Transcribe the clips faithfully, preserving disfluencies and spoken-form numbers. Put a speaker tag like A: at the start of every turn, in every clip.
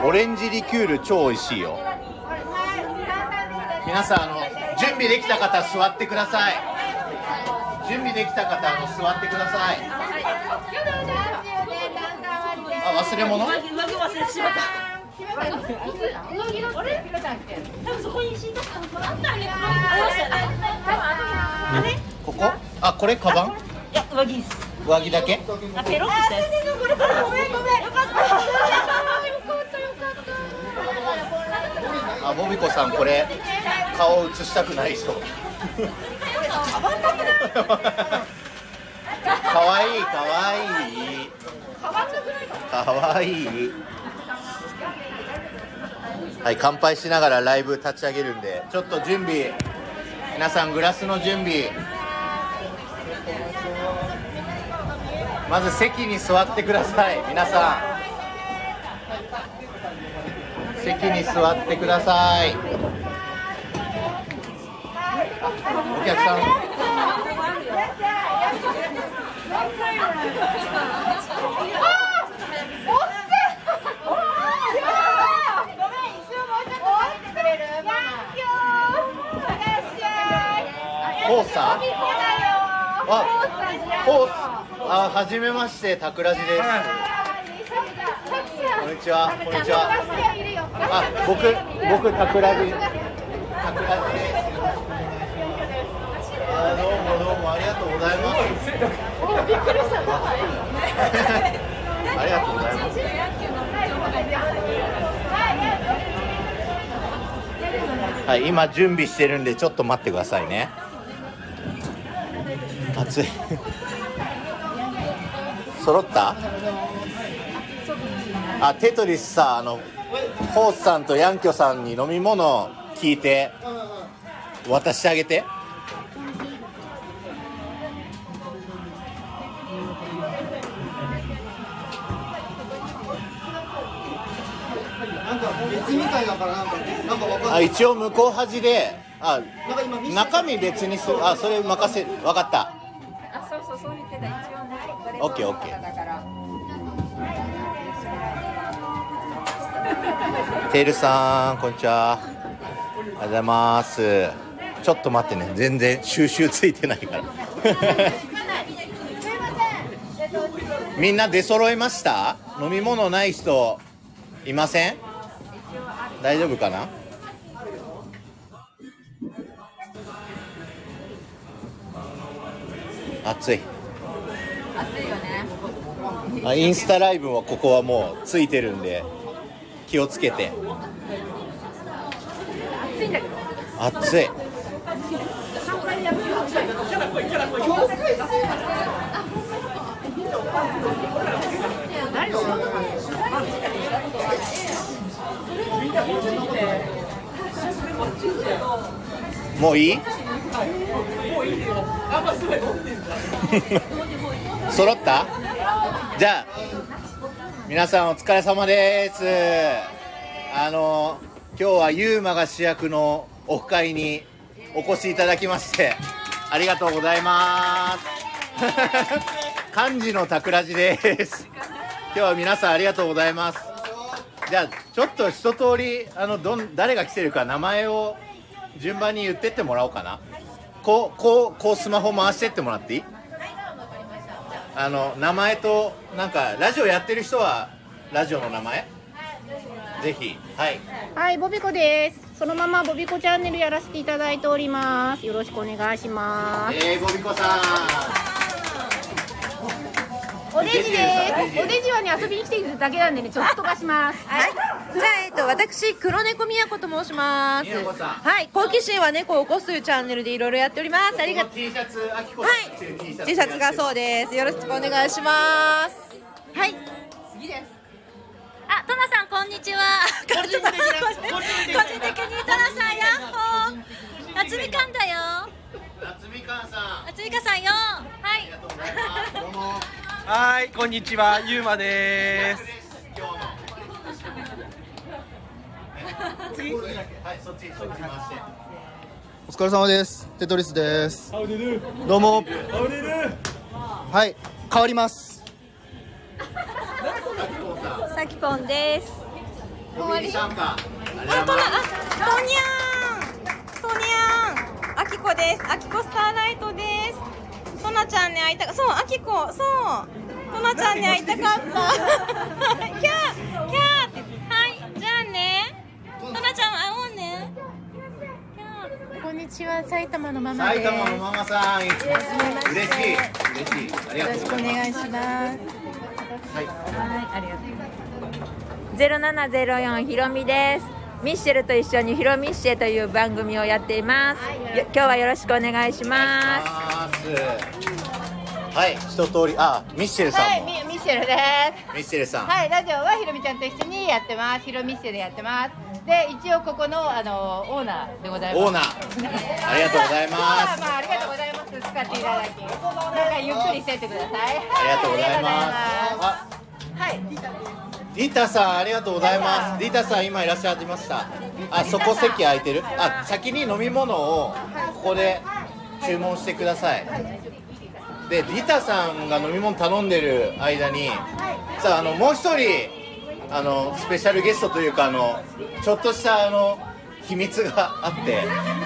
A: オレンジリキュール超美味しいよ。皆さん、あの準備できた方座ってください。準備できた方、あの座ってください。あ、忘れ物？
B: 上着忘れてしまった。
A: ここ？あ、これカバン？
B: いや、上着です。
A: 上着だけ？
B: あ、ペロッとしたやつ。ごめんごめん。よかった。よかったよかった。
A: あ、ボビコさん、これ顔映したくない人。かわいいかわいい。かわいい。はい、乾杯しながらライブ立ち上げるんで、ちょっと準備、皆さんグラスの準備。まず席に座ってください。皆さん席に座ってください。お客さん、ホースさん、あ、ホース、あ、はじめまして、タクラジです。こんにちは、こんにちは。あ、僕、僕タクラジ、タクラジです。あ、どうもどうもありがとうございます。びっくりした。ありがとうございます。はい、今準備してるんでちょっと待ってくださいね。暑い。揃った？あ、テトリスさ、あのホースさんとヤンキョさんに飲み物聞いて渡してあげて。あ、一応向こう端で、あ、中身別にする。あ、それ任せ、分かった。
C: あ、そうそう、そう言ってた。一応ね、
A: オッケーオッケー。テールさん、こんにちは。ありがとうございます。ちょっと待ってね、全然収集ついてないから。みんな出揃いました？飲み物ない人いません？大丈夫かな？暑い。
C: 暑いよね。
A: あ、インスタライブはここはもうついてるんで気をつけて。
C: 暑いんだけど。
A: 暑い。もういい？揃った？じゃあ皆さんお疲れ様です。あの今日はユーマが主役のオフ会にお越しいただきましてありがとうございます。幹事のタクラジです。今日は皆さんありがとうございます。じゃあちょっと一通りあのどん誰が来てるか名前を順番に言ってってもらおうかな。こうこうこうスマホ回してってもらっていい？あの名前となんかラジオやってる人はラジオの名前ぜひ。はい、
D: はい、ボビコです。そのままボビコチャンネルやらせていただいております。よろしくお願いします。
A: えー、ボビコさん、
D: おデジです。おデジはね遊びに来ているだけなんでねちょっと飛ばします。
E: はい。じゃあえっと私黒猫みやこと申します。
A: みやこさん。
E: はい。好奇心は猫を起こすというチャンネルでいろいろやっております。ありがとう。
A: T シャツ、あきこ
E: は
A: さん着てる T シャ
E: い。
A: ツ
E: T シャツがそうです。よろしくお願いします。はい。次です。
C: あ、トナさんこんにちは。個人的にトナさんヤッホー。夏みかんだよ。
A: 夏みかんさん。
C: 夏みかんさんよ。は
A: あ
C: い
A: りがとうございます。どうも。
F: はい、こんにちは、ゆうまです。
A: 今日の。次。はい、そっちそっち回して。
G: お疲れ様です。テトリスです。どうも。はい、変わります。
C: さきぽんです。
A: 飛び入り参加。ありがとう
E: あ、
A: ございます。
E: あ、トニャン、トニャン、あきこです。あきこスターライトです。となちゃんに会いたか、そう、あきこ、そう、となちゃんに会いたかった。キャー、キャーって、はい、じゃあね。となちゃん会おうね。
D: こんにちは、埼玉のママです。
A: 埼玉のママさん、いつも嬉しい、嬉しい。ありがとうございます。
D: お願いします。
A: はい。
C: ありがとう。ゼロななゼロよんひろみです。ミッシェルと一緒にヒロミッシェという番組をやっています。よ今日はよろしくお願いします。
A: はい、一通り、あ、ミッシェルさんも。
D: はい、ミミッシェルです。
A: ミッシェルさん。
D: はい、ラジオはひろみちゃんと一緒にやってます。ひろみっしェでやってます。で、一応ここのあのオーナーでございます。
A: オーナー。ありがとうございます。
D: まあ、まあ、ありがとうございます。使っていただき。なんかゆっくりしてってください。
A: ありがとうございます。あ、
D: はい。
A: リタさん、ありがとうございます。リタさん、今いらっしゃいました。あ、そこ席空いてる。あ、先に飲み物をここで注文してください。で、リタさんが飲み物頼んでる間に、さあ、あのもう一人あのスペシャルゲストというか、あのちょっとしたあの秘密があって、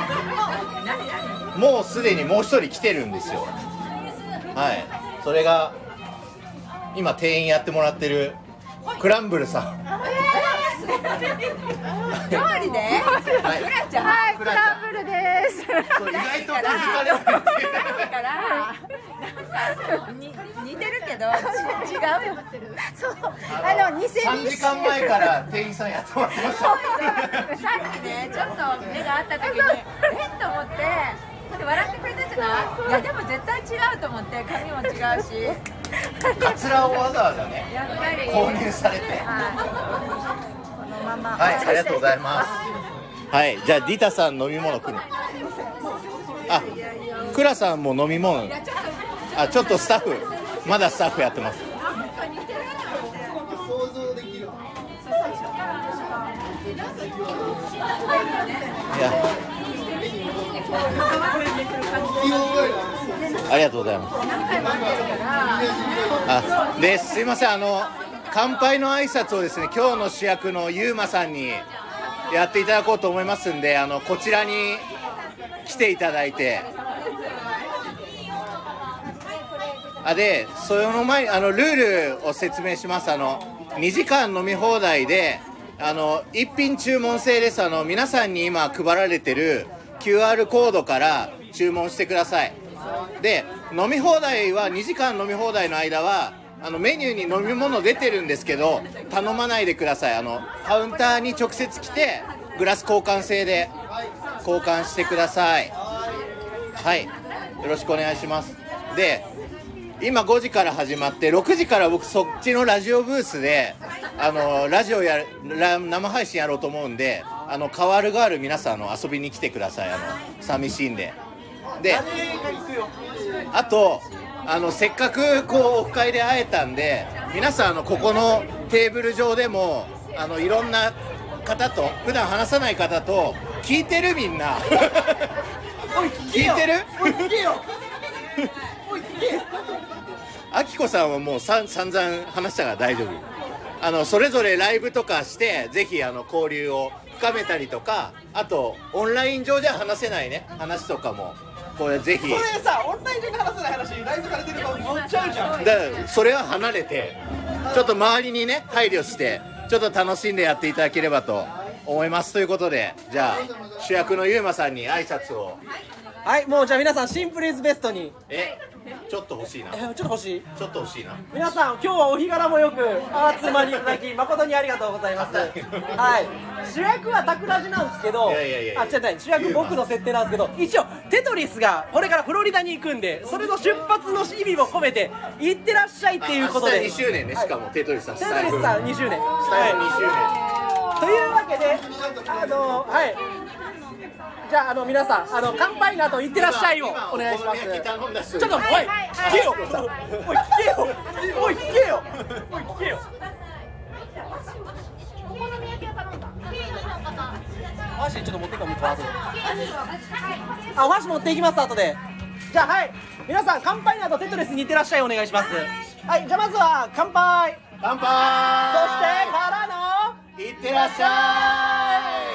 A: もうすでにもう一人来てるんですよ。はい、それが今店員やってもらってるクランブルさん。
E: 料理で。
A: はい、
E: クラちゃん。
D: はい、ク
A: クラちゃん
D: ランブルです。
A: そう意外と気づかれないっていう
E: から。に似てるけど違うよ。
D: そう、あの偽
A: さんじかんまえから店員さんやってもらってました。
E: さっきね、ちょっと目が合った時にえっと思ってで笑ってくれたじゃない。いやでも絶対違うと思って、髪も違うし、
A: カツラをわざわざね
E: やっぱり
A: 購入されて、
E: はいこのまま
A: はい、ありがとうございます。はい、じゃあリタさん飲み物来る。あ、クラさんも飲み物。あ、ちょっとスタッフまだスタッフやってます。いや、ありがとうございます。あ、で、すいません、あの乾杯の挨拶をですね、今日の主役のゆうまさんにやっていただこうと思いますんで、あのこちらに来ていただいて、あでその前にあのルールを説明します。あのにじかん飲み放題で、あの一品注文制です。あの皆さんに今配られてる キューアール コードから注文してください。で、飲み放題はにじかん飲み放題の間はあのメニューに飲み物出てるんですけど、頼まないでください。あのカウンターに直接来てグラス交換制で交換してください。はい、よろしくお願いします。で、今ごじから始まってろくじから僕そっちのラジオブースであのラジオやラ生配信やろうと思うんで、あのカワルガール皆さんあの遊びに来てください。あの寂しいんで。で、あとあのせっかくこうオフ会で会えたんで、皆さんあのここのテーブル上でもあのいろんな方と普段話さない方と聞いてる、みんな聞いてる？あきこさんはもうさん散々話したから大丈夫。あのそれぞれライブとかしてぜひあの交流を深めたりとか、あとオンライン上じゃ話せないね話とかもこれぜひ。
F: それさ、オンライン上で話せない話ライブされてると乗っちゃうじゃん。
A: だからそれは離れてちょっと周りにね配慮してちょっと楽しんでやっていただければと思います。ということで、じゃあ主役のゆうまさんに挨拶を。
F: はい、もうじゃあ皆さんシンプルイズベストに。
A: え、ちょっと欲しいな。
F: え、ちょっと欲しい。
A: ちょっと欲しいな。
F: 皆さん今日はお日柄もよくお集まりいただき誠にありがとうございます。はい、主役はタクラジなんですけど、
A: いやいやいや
F: あ、違う違う、主役僕の設定なんですけど、一応テトリスがこれからフロリダに行くんで、それの出発の意味も込めて行ってらっしゃいっていうことで。
A: にしゅうねんね、しかもテトリスさん、
F: テトリスさんにしゅうねん。
A: スタイルにしゅうねん。
F: というわけで、あのはい。じゃあ、あの皆さん、あの乾杯の後行ってらっしゃいをお願いします。ちょっと、おい、聞けよ、おい、聞けよ、おい、聞けよ、おい、聞けよ。お箸ちょっと持っていくか、向こう後で。あ、お箸持っていきます、後で。じゃあ、はい、皆さん乾杯の後テトリスに行ってらっしゃいお願いします。はい、じゃあまずは乾杯。
A: 乾杯。
F: そしてからの
A: いってらっしゃい。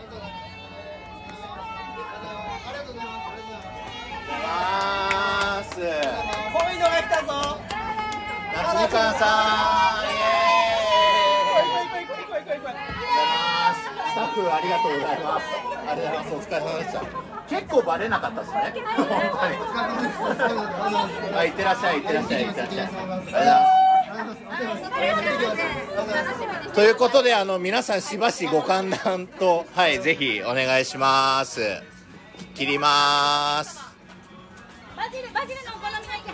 A: ます。
F: こういうのが来たぞ。
A: 夏みかんさん、イエーイ。
F: 来い来い来い来い来い来い来い。
A: スタッフありがとうございます。ありがとうございます。お疲れ様でした。結構バレなかったですね。本当に。はい、いってらっしゃい、いってらっしゃい、いってらっしゃい。ありがとうございます。ということで、あの皆さんしばしご歓談と、はい、ぜひお願いします。切ります。
B: バジルバジルのお